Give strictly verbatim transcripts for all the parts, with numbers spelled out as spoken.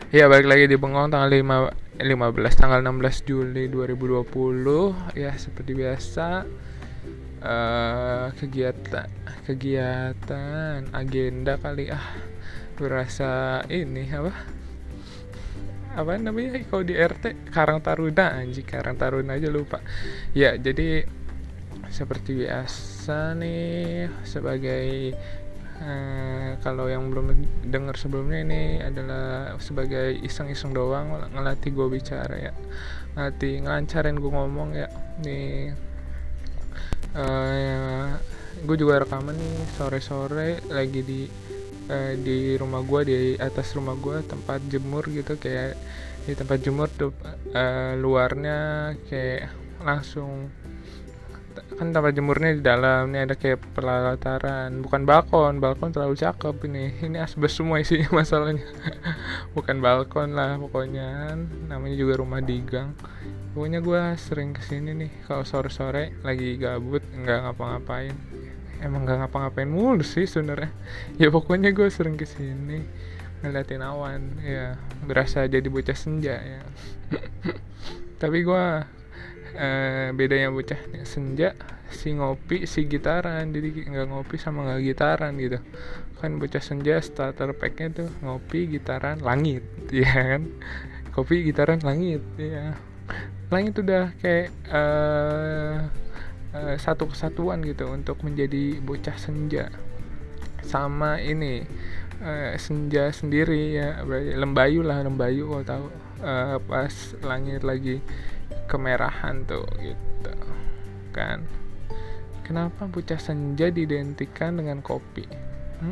Ya balik lagi di Bengong tanggal lima, lima belas tanggal enam belas Juli dua ribu dua puluh. Ya seperti biasa, eh kegiatan kegiatan agenda kali ah berasa ini apa apa namanya kalau di R T Karang Taruna, anjing Karang Taruna aja lupa. Ya jadi seperti biasa nih, sebagai Uh, kalau yang belum dengar sebelumnya, ini adalah sebagai iseng-iseng doang, ngelatih gue bicara ya, ngelatih ngelancarin gue ngomong ya. Nih uh, ya, gue juga rekaman nih sore-sore lagi di uh, di rumah gue, di atas rumah gue, tempat jemur gitu, kayak di tempat jemur tuh, uh, luarnya kayak langsung kan tempat jemurnya di dalam nih, ada kayak pelataran, bukan balkon. Balkon terlalu cakep, ini ini asbes semua isinya masalahnya. Bukan balkon lah pokoknya, namanya juga rumah di gang. Pokoknya gue sering kesini nih kalau sore-sore lagi gabut nggak ngapa-ngapain. Emang nggak ngapa-ngapain mulu sih sebenarnya ya, pokoknya gue sering kesini ngeliatin awan ya, berasa jadi bocah senja ya. Tapi gue Uh, bedanya bocah senja, si ngopi si gitaran, jadi nggak ngopi sama nggak gitaran gitu kan. Bocah senja starter packnya tuh ngopi gitaran langit ya kan, kopi gitaran langit ya. Langit udah kayak uh, uh, satu kesatuan gitu untuk menjadi bocah senja. Sama ini uh, senja sendiri ya, berarti lembayu lah, lembayu kalau tahu, uh, pas langit lagi kemerahan tuh gitu kan. Kenapa bocah senja diidentikan dengan kopi? hmm?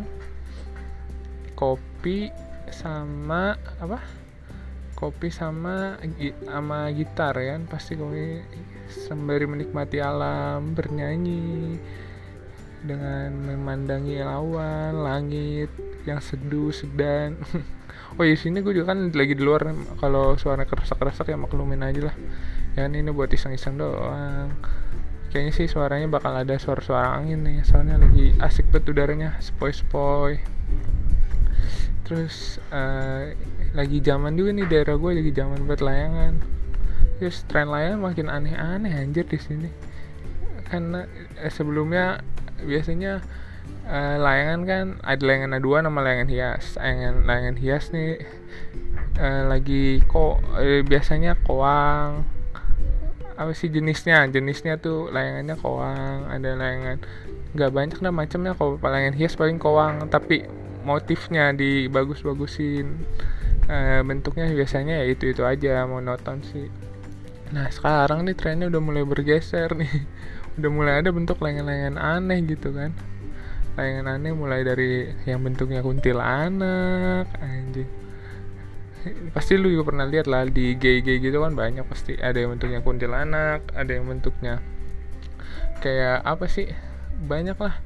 Kopi sama apa? Kopi sama sama gitar kan, pasti kopi sembari menikmati alam, bernyanyi dengan memandangi awan, langit yang seduh sedan. Oh iya, sini gue juga kan lagi di luar, kalau suara keresak-keresak ya maklumin aja lah ya, ini buat iseng-iseng doang. Kayaknya sih suaranya bakal ada suara-suara angin nih, soalnya lagi asik banget udaranya, sepoi-sepoi. Terus uh, lagi zaman juga nih, daerah gue lagi zaman buat layangan. Terus tren layangan makin aneh-aneh anjir di sini. Karena eh, sebelumnya biasanya uh, layangan kan ada layangan aduan sama layangan hias. Layangan layangan hias nih uh, lagi kok eh, biasanya koang. Apa sih jenisnya jenisnya tuh layangannya koang, ada layangan nggak banyak lah macamnya. Kalau layangan hias paling koang, tapi motifnya dibagus-bagusin, e, bentuknya biasanya ya itu itu aja, monoton sih. Nah sekarang nih trennya udah mulai bergeser nih. Udah mulai ada bentuk layangan-layangan aneh gitu kan. Layangan aneh mulai dari yang bentuknya kuntilanak anjing. Pasti lu juga pernah lihat lah di G G gitu kan, banyak pasti ada yang bentuknya kuntilanak, ada yang bentuknya kayak apa sih, banyak lah.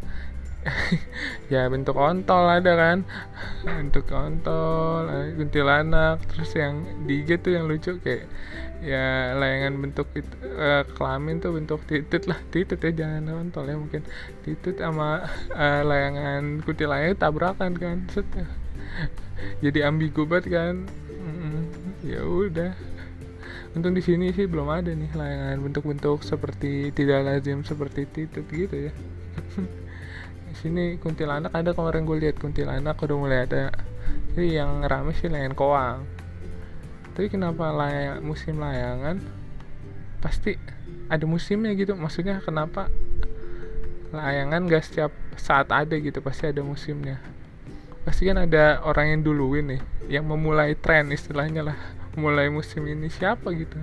Ya bentuk ontol ada kan, bentuk ontol, kuntilanak. Terus yang di G tuh yang lucu kayak ya layangan bentuk itu, uh, kelamin tuh bentuk titit lah, titit ya jangan ontol ya, mungkin titit sama uh, layangan kuntilanak tabrakan kan, set. Jadi ambigu banget kan. Mm-mm. Ya udah, untung di sini sih belum ada nih layangan bentuk-bentuk seperti tidak lazim seperti titit gitu ya. Di sini kuntilanak ada, kemarin gue lihat kuntilanak udah mulai ada. Jadi yang rame sih layangan koang. Tapi kenapa layang, musim layangan pasti ada musimnya gitu, maksudnya kenapa layangan gak setiap saat ada gitu, pasti ada musimnya. Pasti kan ada orang yang duluin nih, yang memulai tren istilahnya lah, mulai musim ini siapa gitu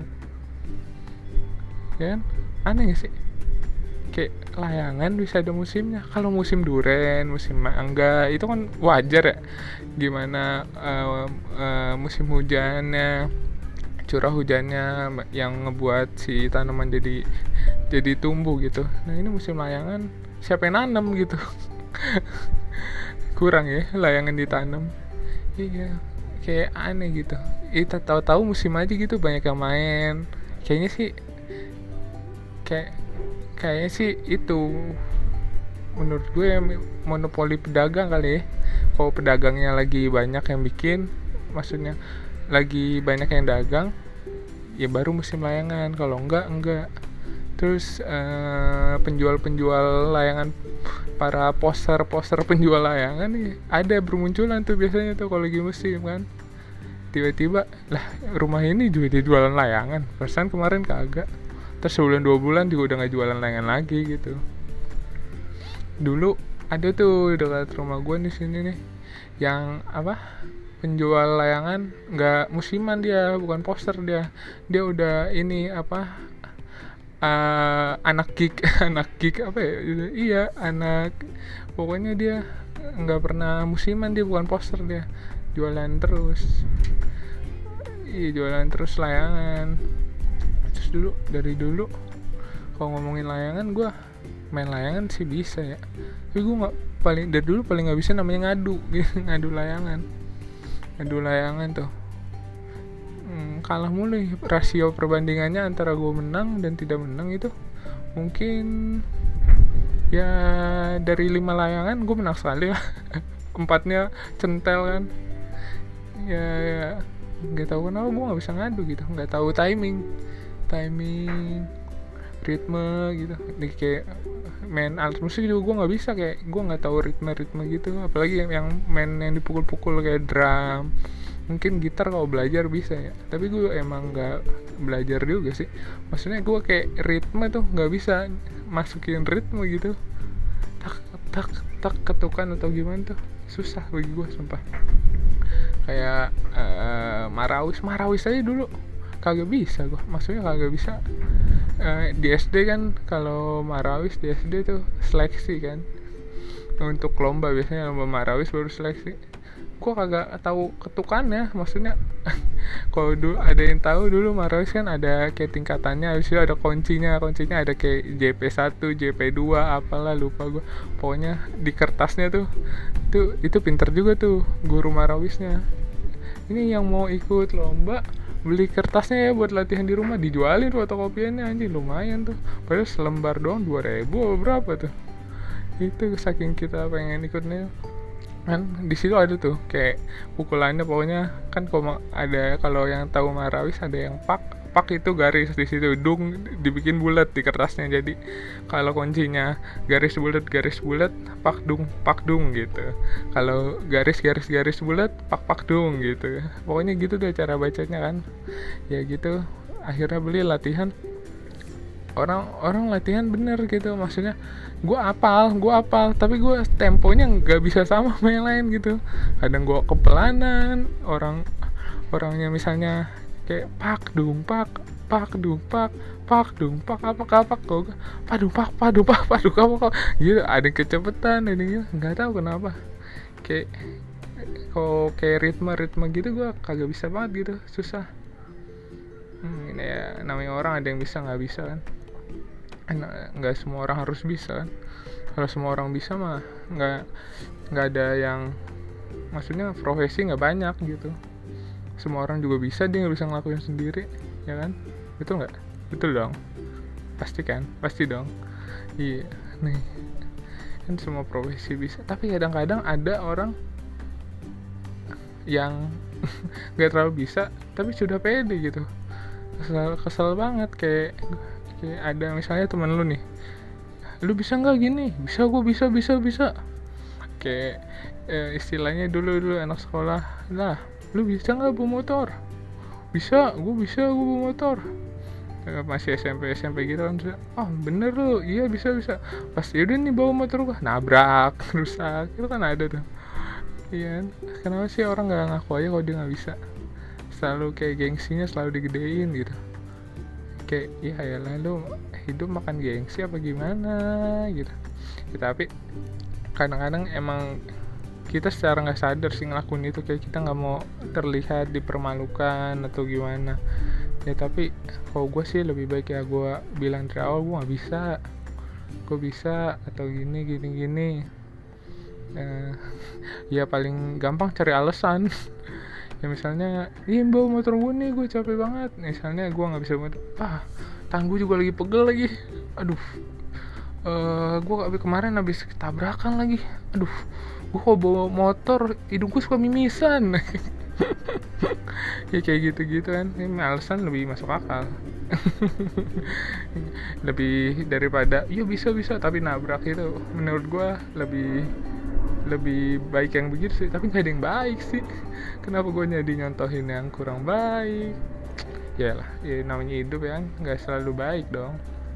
ya kan. Aneh gak sih, kayak layangan bisa ada musimnya. Kalau musim duren, musim mangga itu kan wajar ya. Gimana uh, uh, musim hujannya, curah hujannya yang ngebuat si tanaman jadi jadi tumbuh gitu. Nah ini musim layangan, siapa yang nanam gitu. Kurang ya layangan ditanam. Iya, kayak aneh gitu. Kita tahu-tahu musim aja gitu banyak yang main. Kayaknya sih kayak kayaknya sih itu menurut gue monopoli pedagang kali ya. Kalau pedagangnya lagi banyak yang bikin, maksudnya lagi banyak yang dagang, ya baru musim layangan. Kalau enggak enggak. Terus uh, penjual-penjual layangan, para poster-poster penjual layangan nih ada bermunculan tuh biasanya tuh kalau lagi musim kan. Tiba-tiba lah, rumah ini juga dijualan layangan, perasaan kemarin kagak. Terus sebulan dua bulan juga udah gak jualan layangan lagi gitu. Dulu ada tuh dekat rumah gue di sini nih, yang apa, penjual layangan nggak musiman, dia bukan poster, dia dia udah ini apa, uh, anak geek anak geek apa ya, iya anak, pokoknya dia nggak pernah musiman, dia bukan poster, dia jualan terus, iya jualan terus layangan. Terus dulu, dari dulu kalau ngomongin layangan, gue main layangan sih bisa ya, tapi gue nggak, paling dari dulu paling nggak bisa namanya ngadu gitu. ngadu layangan ngadu layangan tuh hmm, kalah mulu. Rasio perbandingannya antara gue menang dan tidak menang itu mungkin ya dari lima layangan gue menang sekali lah. Empatnya centel kan ya, ya. Nggak tahu kenapa gue nggak bisa ngadu gitu, nggak tahu timing timing ritme gitu. Di kayak main alat musik juga gue nggak bisa, kayak gue nggak tahu ritme ritme gitu, apalagi yang, yang main yang dipukul-pukul kayak drum. Mungkin gitar kalau belajar bisa ya, tapi gue emang nggak belajar juga sih. Maksudnya gue kayak ritme tuh nggak bisa masukin ritme gitu, tak tak tak ketukan atau gimana tuh susah bagi gue sumpah. Kayak uh, marawis marawis aja dulu kagak bisa gue, maksudnya kagak bisa. Uh, di S D kan kalau marawis di S D tuh seleksi kan, untuk lomba biasanya lomba marawis baru seleksi. Gue kagak tahu ketukannya, maksudnya kalau dulu ada yang tahu, dulu marawis kan ada kayak tingkatannya, habis itu ada kuncinya kuncinya ada kayak J P satu, J P dua, apalah lupa gue. Pokoknya di kertasnya tuh tuh itu pinter juga tuh guru marawisnya. Ini yang mau ikut lomba beli kertasnya ya buat latihan di rumah, dijualin fotokopiannya, anjing lumayan tuh, padahal selembar doang dua ribu berapa tuh. Itu saking kita pengen ikutnya kan. Di situ ada tuh kayak pukulannya, pokoknya kan kalau ada, kalau yang tahu marawis ada yang pak pak itu garis di situ, dung dibikin bulat di kertasnya, jadi kalau kuncinya garis bulat garis bulat pak dung pak dung gitu, kalau garis garis garis bulat pak pak dung gitu. Pokoknya gitu deh cara bacanya kan ya gitu. Akhirnya beli latihan, orang-orang latihan bener gitu, maksudnya gue apal gue apal tapi gue temponya nggak bisa sama sama yang lain gitu. Kadang gue kepelanan, orang orangnya misalnya kayak pak dung pak pak dung pak pak dung pak apa apa kok padung pak padung pak padung apa kok gitu. Ada kecepatan, ada gitu, nggak tahu kenapa kayak kok kayak ritme ritme gitu gue kagak bisa banget gitu, susah. Hmm, ini ya namanya orang, ada yang bisa nggak bisa kan, nggak semua orang harus bisa kan. Kalau semua orang bisa mah nggak nggak ada yang, maksudnya profesi nggak banyak gitu. Semua orang juga bisa, dia nggak bisa ngelakuin sendiri ya kan, betul nggak? Betul dong, pasti kan, pasti dong. Iya nih kan semua profesi bisa, tapi kadang-kadang ada orang yang nggak terlalu bisa tapi sudah pede gitu. Kesel, kesel banget, kayak kayak ada misalnya teman lu nih, lu bisa nggak gini, bisa, gue bisa bisa bisa kayak eh, istilahnya dulu dulu anak sekolah lah, lu bisa nggak bawa motor, bisa, gue bisa, gue bawa motor. Eh, masih S M P S M P gitu kan, oh bener lu, iya bisa bisa, pasti udah nih bawa motor gue nabrak rusak, itu kan ada tuh. Iya, kenapa sih orang nggak ngaku aja kalau dia nggak bisa? Selalu kayak gengsinya selalu digedein gitu. Kayak ya ya lalu hidup makan gengsi apa gimana gitu ya. Tapi kadang-kadang emang kita secara nggak sadar sih ngelakuin itu, kayak kita nggak mau terlihat dipermalukan atau gimana ya. Tapi kalau gue sih lebih baik ya gue bilang dari awal gue nggak bisa, gue bisa atau gini gini gini. Uh, ya paling gampang cari alasan. Ya misalnya, iya bawa motor gue nih, gue capek banget. Misalnya gue nggak bisa motor, ah tangan gue juga lagi pegel lagi, aduh, uh, gue abis kemarin habis tabrakan lagi, aduh, gue kalau bawa motor hidung gue suka mimisan. Ya kayak gitu-gitu kan, ini alasan lebih masuk akal. Lebih daripada iya bisa bisa tapi nabrak, itu menurut gue lebih lebih baik yang begitu sih. Tapi gak ada yang baik sih. Kenapa gue jadi nyontohin yang kurang baik? Ya lah, ya namanya hidup ya kan, nggak selalu baik dong.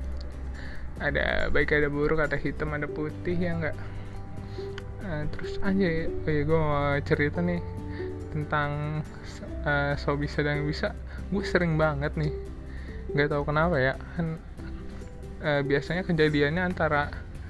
Ada baik ada buruk, ada hitam ada putih ya nggak. Uh, terus aja ya, oh ya gue mau cerita nih tentang uh, so bisa dan bisa. Gue sering banget nih, nggak tahu kenapa ya kan, uh, biasanya kejadiannya antara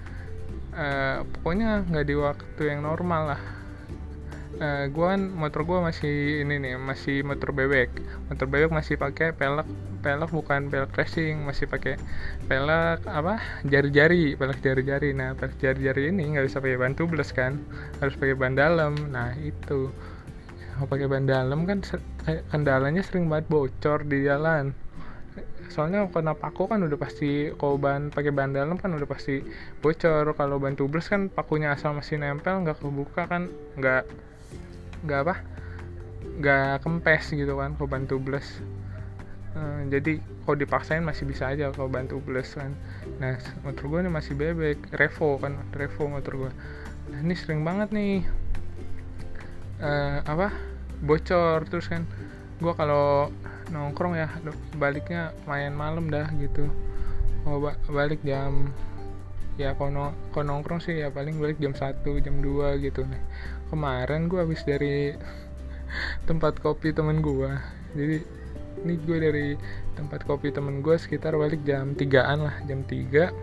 uh, pokoknya nggak di waktu yang normal lah. Uh, gue kan motor gue masih ini nih, masih motor bebek. Motor bebek masih pakai pelek, pelek bukan pelek racing, masih pakai pelek apa jari-jari, pelek jari-jari. Nah pelek jari-jari ini nggak bisa pakai ban tubeless kan, harus pakai ban dalam. Nah itu kalau pakai ban dalam kan kendalanya sering banget bocor di jalan. Soalnya kena paku kan udah pasti, kalau ban pakai ban dalam kan udah pasti bocor. Kalau ban tubeless kan pakunya asal masih nempel, nggak kebuka kan, nggak nggak apa nggak kempes gitu kan kalau ban tubeless. Hmm, jadi kalau dipaksain masih bisa aja kalau ban tubeless kan. Nah motor gue nih masih bebek, Revo kan, Revo motor gue. Nah ini sering banget nih uh, apa bocor. Terus kan gue kalau nongkrong ya baliknya main malam dah gitu. Mau ba- balik jam ya kalau no, nongkrong sih ya paling balik jam satu jam dua gitu nih. Kemarin gue habis dari tempat kopi temen gue, jadi ini gue dari tempat kopi temen gue sekitar balik jam tigaan lah, jam tiga.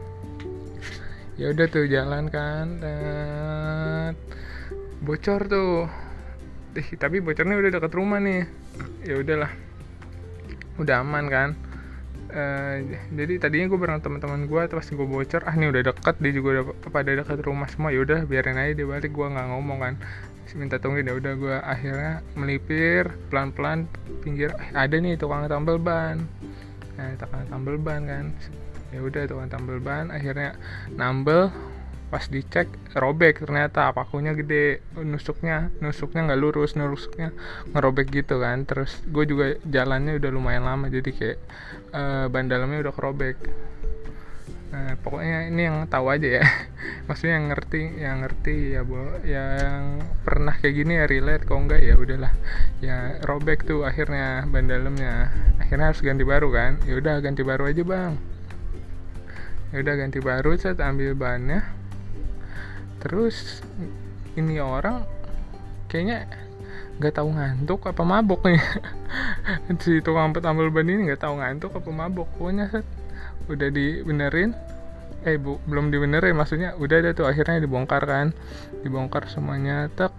Ya udah tuh jalan kan, dan bocor tuh. Eh, tapi bocornya udah deket rumah nih. Ya udahlah, udah aman kan. Uh, jadi tadinya gue bareng teman-teman gue, terus gue bocor, ah ini udah deket, dia juga udah pada deket rumah semua. Ya udah biarin aja dia balik, gue nggak ngomong kan, minta tungguin. Ya udah gue akhirnya melipir pelan-pelan pinggir, eh, ada nih tukang tambal ban. Nah tukang tambal ban kan, ya udah tukang tambal ban akhirnya nambel. Pas dicek robek, ternyata pakunya gede, nusuknya nusuknya nggak lurus, nusuknya ngerobek gitu kan. Terus gue juga jalannya udah lumayan lama, jadi kayak uh, ban dalamnya udah kerobek. Nah, pokoknya ini yang tahu aja ya, maksudnya yang ngerti, yang ngerti ya bo, yang pernah kayak gini ya relate. Kalau enggak ya udahlah, ya robek tuh akhirnya ban dalamnya, akhirnya harus ganti baru kan. Ya udah ganti baru aja bang, ya udah ganti baru, saya ambil bannya. Terus ini orang kayaknya nggak tahu ngantuk apa mabok nih. Si tukang tambal ban ini nggak tahu ngantuk apa mabok. Pokoknya set udah dibenerin, eh bu belum dibenerin, maksudnya udah ada tuh akhirnya dibongkar kan, dibongkar semuanya tek.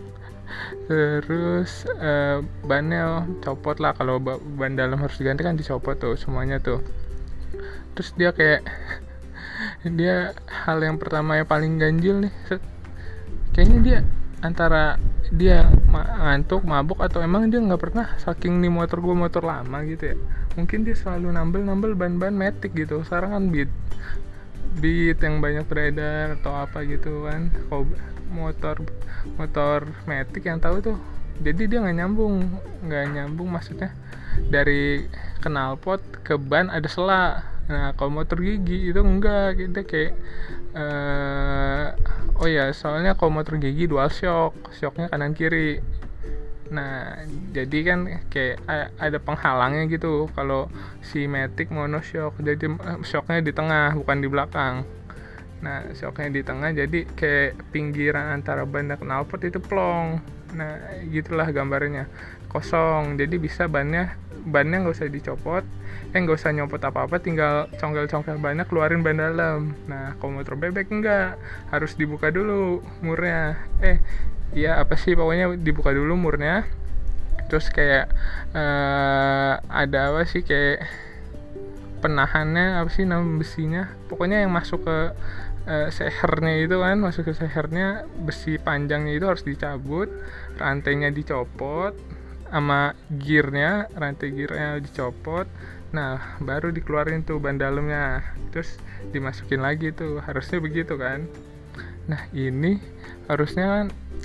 Terus eh, bannya copot lah, kalau ban dalam harus diganti kan dicopot tuh semuanya tuh. Terus dia kayak dia hal yang pertama yang paling ganjil nih, kayaknya dia antara dia ngantuk, mabuk, atau emang dia nggak pernah, saking nih motor gue motor lama gitu ya, mungkin dia selalu nambel-nambel ban-ban Matic gitu. Sekarang kan beat beat yang banyak beredar atau apa gitu kan, kalau motor motor Matic yang tahu tuh. Jadi dia nggak nyambung nggak nyambung maksudnya dari knalpot ke ban ada sela. Nah kalau motor gigi itu enggak, kita kayak uh, oh ya soalnya kalau motor gigi dual shock, shocknya kanan kiri. Nah jadi kan kayak ada penghalangnya gitu. Kalau si Matic mono shock, jadi shocknya di tengah bukan di belakang. Nah shocknya di tengah, jadi kayak pinggiran antara ban dan knalpot itu plong. Nah gitulah gambarnya, kosong. Jadi bisa bannya bannya nggak usah dicopot, eh nggak usah nyopot apa-apa, tinggal congkel-congkel bannya, keluarin ban dalam. Nah kalau motor bebek enggak, harus dibuka dulu murnya. Eh iya apa sih, pokoknya dibuka dulu murnya. Terus kayak uh, ada apa sih, kayak penahannya apa sih nama besinya, pokoknya yang masuk ke uh, sehernya itu kan, masuk ke sehernya, besi panjangnya itu harus dicabut, rantainya dicopot, sama gearnya, rantai gearnya dicopot. Nah baru dikeluarin tuh ban dalamnya, terus dimasukin lagi tuh, harusnya begitu kan. Nah ini harusnya kan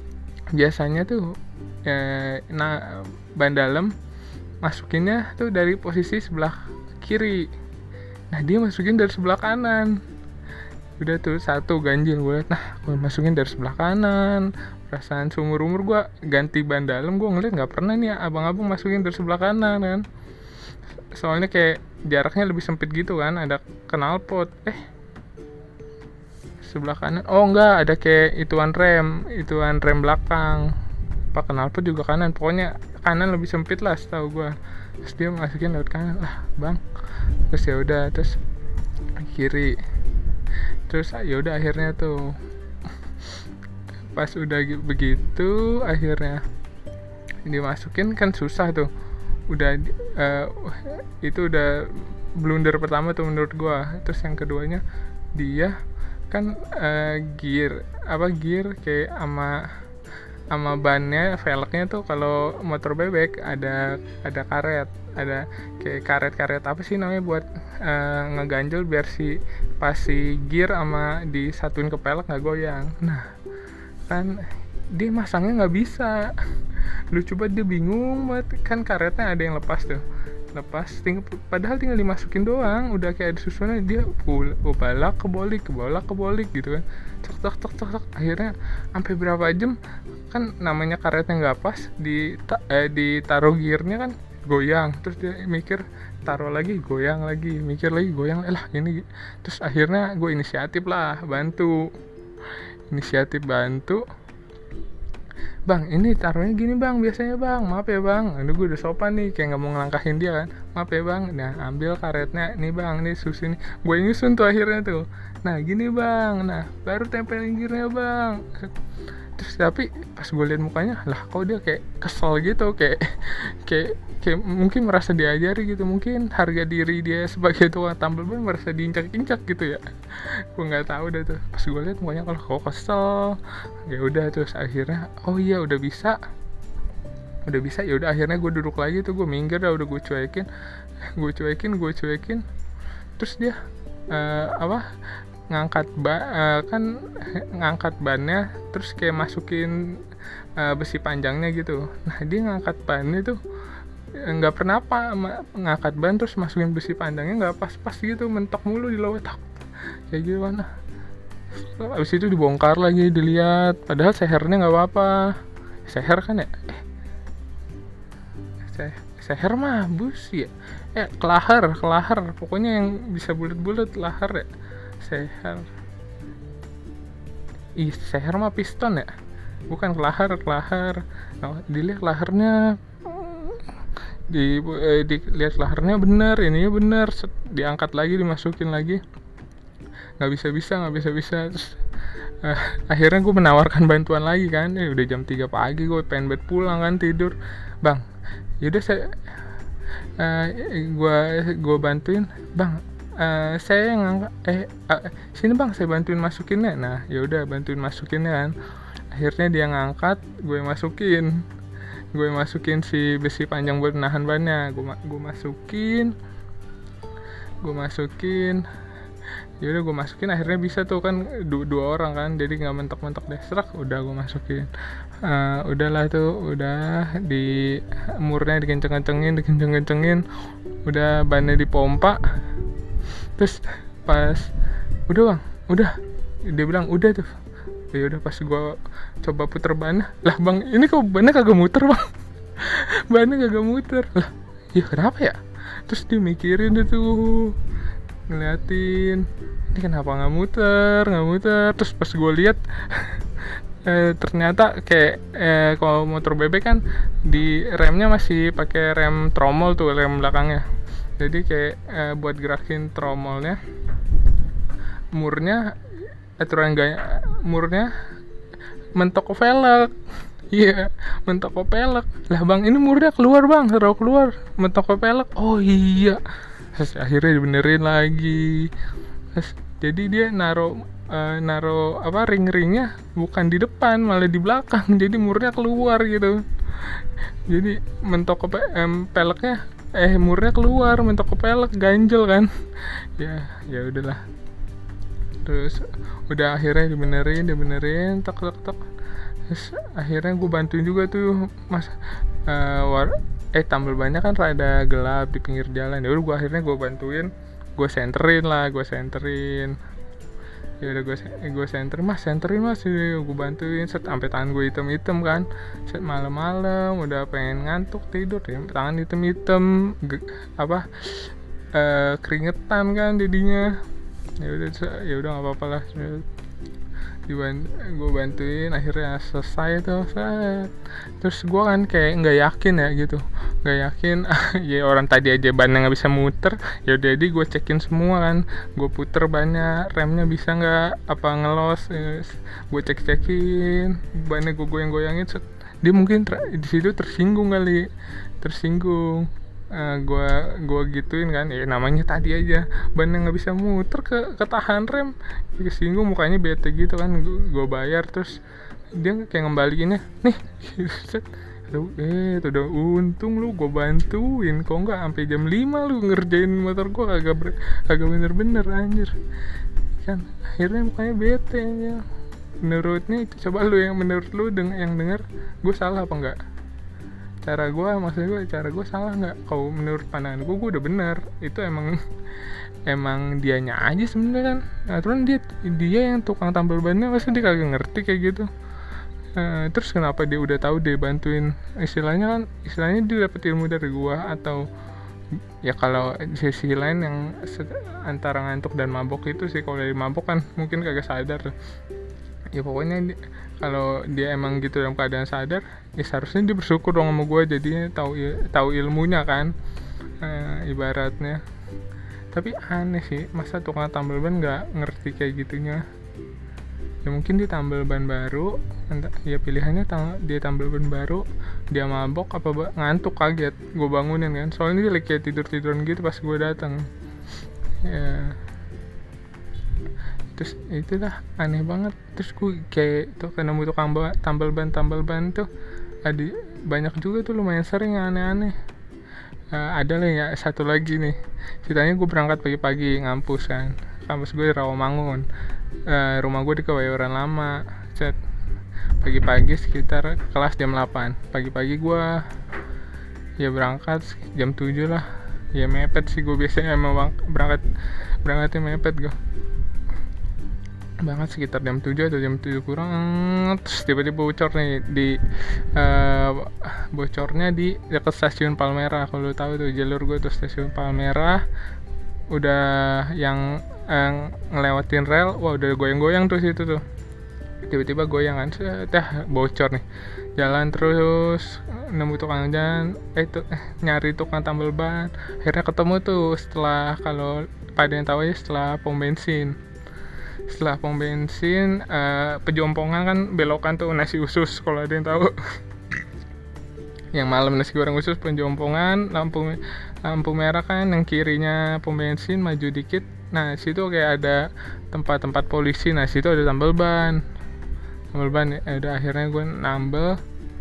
biasanya tuh eh, nah ban dalam masukinnya tuh dari posisi sebelah kiri, nah dia masukin dari sebelah kanan. Udah tuh satu ganjil gue liat, nah gue masukin dari sebelah kanan. Perasaan seumur umur gue ganti ban dalam gue ngeliat nggak pernah nih abang-abang masukin dari sebelah kanan kan, soalnya kayak jaraknya lebih sempit gitu kan, ada knalpot. Eh sebelah kanan, oh enggak, ada kayak ituan rem ituan rem belakang, apa knalpot juga kanan, pokoknya kanan lebih sempit lah setahu gue. Terus dia masukin lewat kanan lah bang, terus ya udah, terus kiri, terus ya udah akhirnya tuh pas udah begitu akhirnya dimasukin kan susah tuh, udah uh, itu udah blunder pertama tuh menurut gua. Terus yang keduanya dia kan uh, gear apa gear kayak ama ama bannya, velgnya tuh kalau motor bebek ada ada karet, ada kayak karet-karet apa sih namanya buat uh, ngeganjel biar si pas si gear sama disatuin ke pelek nggak goyang. Nah kan dia masangnya nggak bisa, lucu banget, dia bingung banget kan, karetnya ada yang lepas tuh, lepas ting- padahal tinggal dimasukin doang, udah kayak ada susunnya, dia pul balak kebolik kebolak kebolik gitu kan, cek cek cek cek cek. Akhirnya sampai berapa jam kan, namanya karetnya nggak pas di ta- eh, ditaruh gearnya kan goyang, terus dia mikir taruh lagi goyang lagi, mikir lagi goyang, eh lah ini. Terus akhirnya gue inisiatif lah, bantu inisiatif bantu bang, ini taruhnya gini bang biasanya bang, maaf ya bang. Aduh gue udah sopan nih, kayak nggak mau ngelangkahin dia kan, maaf ya bang. Nah ambil karetnya nih bang, nih susun nih, gue nyusun tuh akhirnya tuh, nah gini bang, nah baru tempelin gearnya bang. Terus tapi pas gue liat mukanya, lah kok dia kayak kesel gitu, kayak kayak kayak mungkin merasa diajari gitu, mungkin harga diri dia sebagai tukang tambal ban merasa diincak-incak gitu ya. Gue nggak tahu dah tuh, pas gue liat mukanya kalau kok kesel. Ya udah, terus akhirnya oh iya udah bisa udah bisa ya udah akhirnya gue duduk lagi tuh, gue minggir dah, udah gue cuekin gue cuekin gue cuekin terus dia uh, apa ngangkat ba uh, kan ngangkat bannya, terus kayak masukin uh, besi panjangnya gitu. Nah dia ngangkat bannya tuh nggak pernah apa ngangkat ban terus masukin besi panjangnya nggak pas-pas gitu, mentok mulu di lowet kayak gitu mana. Abis itu dibongkar lagi, dilihat, padahal sehernya nggak apa-apa, seher kan ya, eh Se- seher mah bus ya, eh kelahar kelahar pokoknya yang bisa bulat-bulat lahar ya, seher. Ih, seher mah piston ya, bukan kelahar. Kelahar nah, dilihat laharnya, di eh, dilihat laharnya bener, ininya bener, set, diangkat lagi, dimasukin lagi, nggak bisa bisa nggak bisa bisa terus eh, akhirnya gue menawarkan bantuan lagi kan. Eh, udah jam tiga pagi, gue pengen banget pulang kan, tidur bang. Yaudah saya uh, gue gue bantuin bang. Uh, saya ngangkat eh uh, sini bang, saya bantuin masukinnya. Nah yaudah bantuin masukinnya kan. Akhirnya dia ngangkat, gue masukin gue masukin si besi panjang buat nahan bannya. Gue gue masukin gue masukin yaudah gue masukin, akhirnya bisa tuh kan, du- dua orang kan, jadi nggak mentok-mentok deh, serak, udah gue masukin. Uh, udahlah tuh, udah di murnya dikenceng-kencengin dikenceng-kencengin, udah bannya dipompa. Terus pas udah bang, udah, dia bilang udah tuh. Ya udah, pas gue coba puter bannya, lah bang ini kok bannya kagak muter bang. Bannya kagak muter lah, ya kenapa ya? Terus dia mikirin tuh, ngeliatin ini kenapa nggak muter nggak muter terus pas gue lihat eh, ternyata kayak eh, kalau motor bebek kan di remnya masih pakai rem tromol tuh, rem belakangnya. Jadi kayak eh, buat gerakin tromolnya, murnya aturan gaya murnya mentok ke velg. Iya, mentok ke velg. Lah bang ini murnya keluar bang, taruh keluar, mentok ke velg. Oh iya. Terus akhirnya dibenerin lagi. Terus, jadi dia naro uh, naro apa ring-ringnya bukan di depan, malah di belakang. Jadi murnya keluar gitu. Jadi mentok ke um, peleknya, eh murnya keluar, mentok ke pelek, ganjel kan. Ya, ya udahlah. Terus udah akhirnya dibenerin, dibenerin, tek tek tek. Terus akhirnya gue bantuin juga tuh mas uh, war eh tambal bannya kan rada gelap di pinggir jalan. Ya udah gue akhirnya gue bantuin, gue senterin lah gue senterin ya udah gue gue senterin mas senterin mas gue bantuin set sampai tangan gue hitam-hitam kan. Set malam-malam udah pengen ngantuk tidur ya tangan hitam-hitam ge- apa uh, keringetan kan jadinya. Ya udah ya udah nggak apa-apa lah, Diban- gue bantuin akhirnya selesai tuh set. Terus gue kan kayak nggak yakin ya gitu, nggak yakin ya orang tadi aja bannya nggak bisa muter. Ya udah jadi gue cekin semua kan, gue puter bannya, remnya bisa nggak apa ngelos, yes. Gue cek cekin bannya, gue goyang goyangin set. Dia mungkin ter- di situ tersinggung kali tersinggung Uh, gua gua gituin kan, ya namanya tadi aja bannya nggak bisa muter, ke ketahan rem, kesinggung mukanya bete gitu kan. Gua bayar terus dia kayak ngembaliinnya nih Aduh, eh tuh udah untung lu gua bantuin, kok nggak sampai jam lima lu ngerjain motor gua kagak ber- kagak bener-bener anjir kan. Akhirnya mukanya bete ya. Menurutnya itu, coba lu yang menurut lu deng- yang denger gue salah apa enggak? Cara gue, maksud gue cara gue salah nggak? Kalau menurut pandangan gue, gue udah benar. Itu emang emang dianya aja sebenarnya kan. Nah, terus dia dia yang tukang tambal bannya, masa dia kagak ngerti kayak gitu. Uh, terus kenapa dia udah tahu dia bantuin? Istilahnya kan, istilahnya dia dapet ilmu dari gue, atau ya kalau sisi lain yang antara ngantuk dan mabok itu sih. Kalau dari mabok kan mungkin kagak sadar. Ya pokoknya di, kalau dia emang gitu dalam keadaan sadar, ya seharusnya dia bersyukur dong sama gue, jadinya tahu tahu ilmunya kan, e, ibaratnya. Tapi aneh sih, masa tukang tambal ban nggak ngerti kayak gitunya. Ya mungkin dia tambal ban baru, entah, ya pilihannya tang- dia tambal ban baru, dia mabok apa ba- ngantuk kaget, gue bangunin kan, soalnya dia lagi kayak tidur tiduran gitu pas gue datang. Ya terus itulah aneh banget. Terus gue kayak tuh nemu tukang tambal ban tambal ban tuh ada banyak juga tuh, lumayan sering aneh-aneh. Uh, ada lah ya satu lagi nih ceritanya. Gue berangkat pagi-pagi ngampus kan, kampus gue di Rawamangun, uh, rumah gue di Kebayoran Lama. Set pagi-pagi sekitar kelas jam delapan pagi-pagi gue ya berangkat jam tujuh lah. Ya mepet sih gue biasanya, emang berangkat berangkatnya mepet gue banget, sekitar jam tujuh atau jam tujuh kurang. Terus tiba-tiba bocor nih di uh, bocornya di dekat stasiun Palmerah. Kalau tahu tuh jalur gue tuh stasiun Palmerah, udah yang uh, ngelewatin rel, wah udah goyang-goyang tuh situ tuh. Tiba-tiba goyang kan, dah bocor nih. Jalan terus nemu tukang jalan, eh tuh eh, nyari tukang tambal ban. Akhirnya ketemu tuh setelah, kalau pada yang tahu ya, setelah pom bensin. Setelah pom bensin, uh, pejompongan kan belokan tuh nasi usus, kalau ada yang tahu. Yang malam nasi goreng usus, pejompongan, lampu lampu merah kan, yang kirinya pom bensin, maju dikit. Nah situ kayak ada tempat-tempat polisi. Nah situ ada tambal ban, tambal ban ya. Udah akhirnya gue nambel,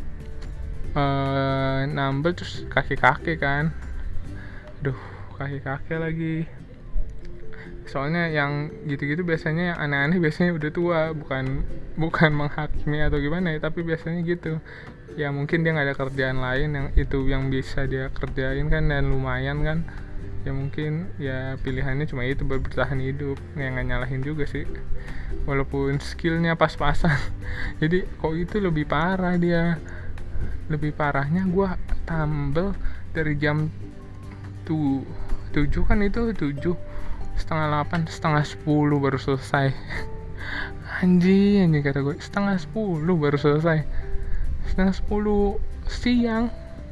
uh, nambel terus kaki-kaki kan. Duh, kaki-kaki lagi. Soalnya yang gitu-gitu biasanya yang aneh-aneh biasanya udah tua, bukan bukan menghakimi atau gimana ya, tapi biasanya gitu ya. Mungkin dia nggak ada kerjaan lain yang itu yang bisa dia kerjain kan, dan lumayan kan ya. Mungkin ya pilihannya cuma itu buat bertahan hidup. Nggak nggak nyalahin juga sih, walaupun skillnya pas-pasan. Jadi kok itu lebih parah dia. Lebih parahnya gue tambel dari jam tuh tujuh kan, itu tujuh setengah delapan, setengah sepuluh baru selesai. Anjing, anjing kata gue, setengah sepuluh baru selesai. Setengah sepuluh siang,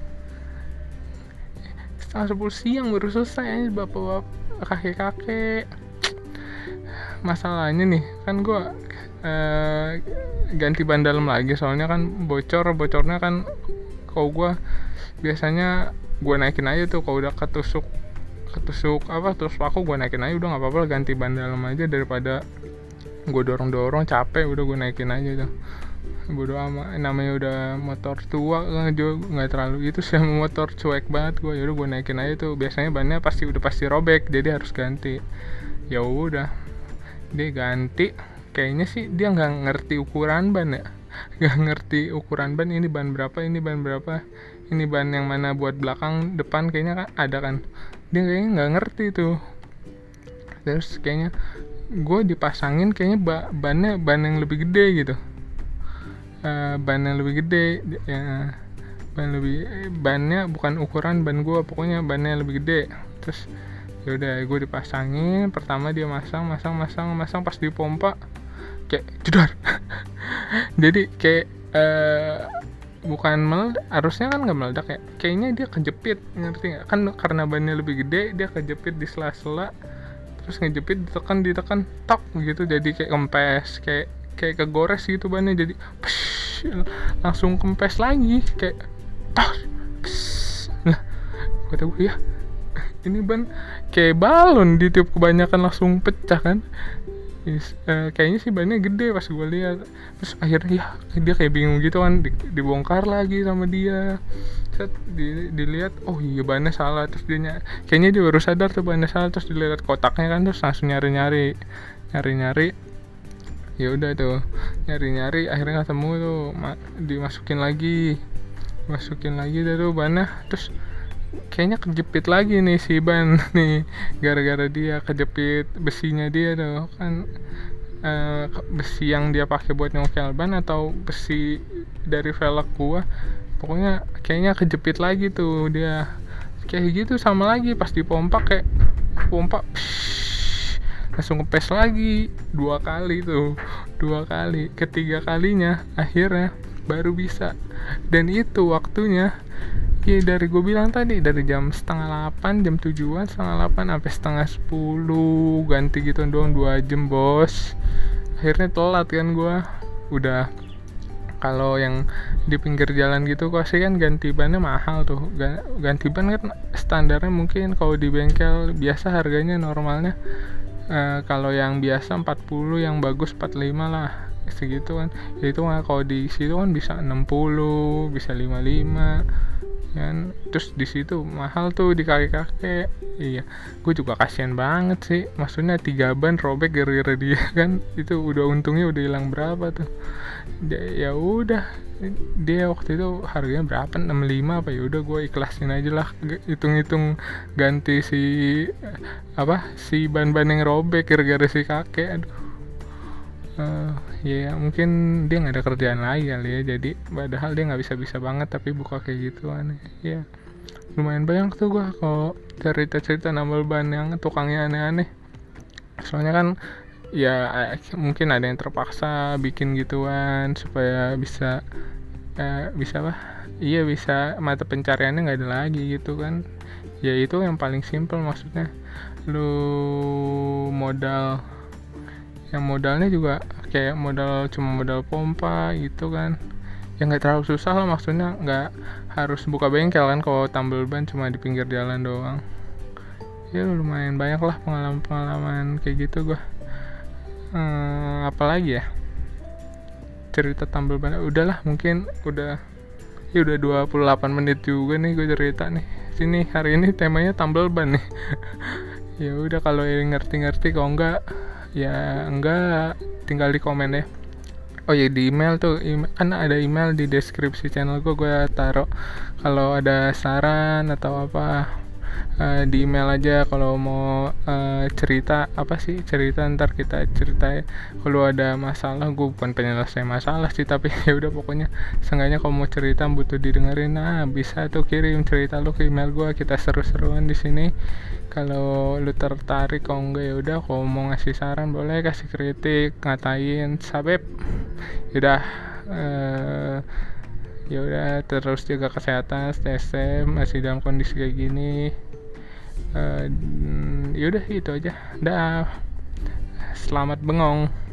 setengah sepuluh siang baru selesai. Anjing, bapak-bapak, kakek-kakek. Masalahnya nih, kan gue uh, ganti ban dalam lagi, soalnya kan bocor, bocornya kan. Kalau gue biasanya gue naikin aja tuh, kalau udah ketusuk ketusuk apa terus aku gue naikin aja, udah nggak apa-apa, ganti ban dalam aja daripada gue dorong-dorong capek. Udah gue naikin aja tuh, bodo amat, namanya udah motor tua kan, nggak terlalu itu sih, motor cuek banget gue. Yaudah gue naikin aja tuh, biasanya bannya pasti udah pasti robek, jadi harus ganti. Ya udah dia ganti, kayaknya sih dia nggak ngerti ukuran ban ya, nggak ngerti ukuran ban, ini ban berapa, ini ban berapa, ini ban yang mana buat belakang, depan kayaknya kan ada kan, dia kayaknya nggak ngerti tuh. Terus kayaknya gue dipasangin kayaknya ba- bannya ban yang lebih gede gitu, uh, ban yang lebih gede ya, ban lebih eh, bannya bukan ukuran ban gue, pokoknya bannya lebih gede. Terus yaudah gue dipasangin, pertama dia masang masang masang masang pas dipompa kayak jedar. Jadi kayak uh, bukan meledak, harusnya kan nggak meledak ya, kayaknya dia kejepit, ngerti nggak kan, karena bannya lebih gede dia kejepit di sela-sela, terus ngejepit, ditekan ditekan tok gitu, jadi kayak kempes, kayak kayak kegores gitu bannya, jadi psh, langsung kempes lagi kayak tok. Nah kata gue, ya ini ban kayak balon ditiup kebanyakan langsung pecah kan. Yes, uh, kayaknya sih bannya gede pas gue lihat. Terus akhirnya ya dia kayak bingung gitu kan, di, dibongkar lagi sama dia. Set di, dilihat, oh iya bannya salah. Terus dia ny- kayaknya dia baru sadar tuh bannya salah. Terus dilihat kotaknya kan, terus langsung nyari-nyari, nyari-nyari. Ya udah tuh nyari-nyari, akhirnya ketemu tuh, ma- dimasukin lagi, masukin lagi dah tuh bannya. Terus kayaknya kejepit lagi nih si ban nih, gara-gara dia kejepit besinya dia tuh kan, uh, besi yang dia pakai buat nyokel ban atau besi dari velg gua, pokoknya kayaknya kejepit lagi tuh dia, kayak gitu. Sama lagi pas dipompa, kayak pompa psh, langsung kempes lagi dua kali tuh, dua kali, ketiga kalinya akhirnya baru bisa. Dan itu waktunya ya dari gue bilang tadi, dari jam setengah delapan, jam tujuan, setengah delapan sampai setengah sepuluh ganti gitu doang, dua jam bos. Akhirnya telat kan gue. Udah, kalau yang di pinggir jalan gitu pasti kan ganti bannya mahal tuh. Ganti ban kan standarnya mungkin kalau di bengkel biasa harganya normalnya uh, kalau yang biasa empat puluh, yang bagus empat puluh lima lah, segitu kan. Ya itu kan kalau di situ kan bisa enam puluh, bisa lima puluh lima kan. Terus di situ mahal tuh di kakek-kakek. Iya, gue juga kasihan banget sih, maksudnya tiga ban robek gara-gara dia kan. Itu udah untungnya udah hilang berapa tuh. Ya udah, dia waktu itu harganya berapa, enam puluh lima apa, ya udah gue ikhlasin aja lah, hitung-hitung ganti si apa si ban-ban yang robek gara-gara si kakek. Aduh. Uh, ya mungkin dia nggak ada kerjaan lagi kali ya, jadi padahal dia nggak bisa-bisa banget tapi buka kayak gituan ya. Lumayan banyak tuh gua kalau cerita-cerita nambal ban yang tukangnya aneh-aneh. Soalnya kan ya mungkin ada yang terpaksa bikin gituan supaya bisa uh, bisa apa iya bisa mata pencariannya nggak ada lagi gitu kan. Ya itu yang paling simple, maksudnya lu modal, yang modalnya juga kayak modal cuma modal pompa gitu kan, ya nggak terlalu susah lah, maksudnya nggak harus buka bengkel kan kalau tambal ban cuma di pinggir jalan doang. Ya lumayan banyak lah pengalaman-pengalaman kayak gitu gua. hmm, apalagi ya cerita tambal ban, udahlah mungkin udah ya udah dua puluh delapan menit juga nih gue cerita nih. Sini hari ini temanya tambal ban nih. Ya udah, kalau yang ngerti-ngerti, kalau enggak ya enggak, tinggal di komen ya. Oh ya, di email tuh, email, kan ada email di deskripsi channel gue, gue taruh. Kalau ada saran atau apa, uh, di email aja. Kalau mau uh, cerita apa sih, cerita ntar kita ceritain. Kalau ada masalah, gue bukan penyelesai masalah sih, tapi ya udah pokoknya seenggaknya kalau mau cerita butuh didengerin, nah bisa tuh kirim cerita lu ke email gue, kita seru-seruan di sini. Kalau lu tertarik, kalau enggak ya udah, kalau mau ngasih saran boleh, kasih kritik, ngatain sabep. Yaudah, uh, ya udah, terus jaga kesehatan, stay safe, masih dalam kondisi kayak gini. Uh, yaudah itu aja. Dah, selamat bengong.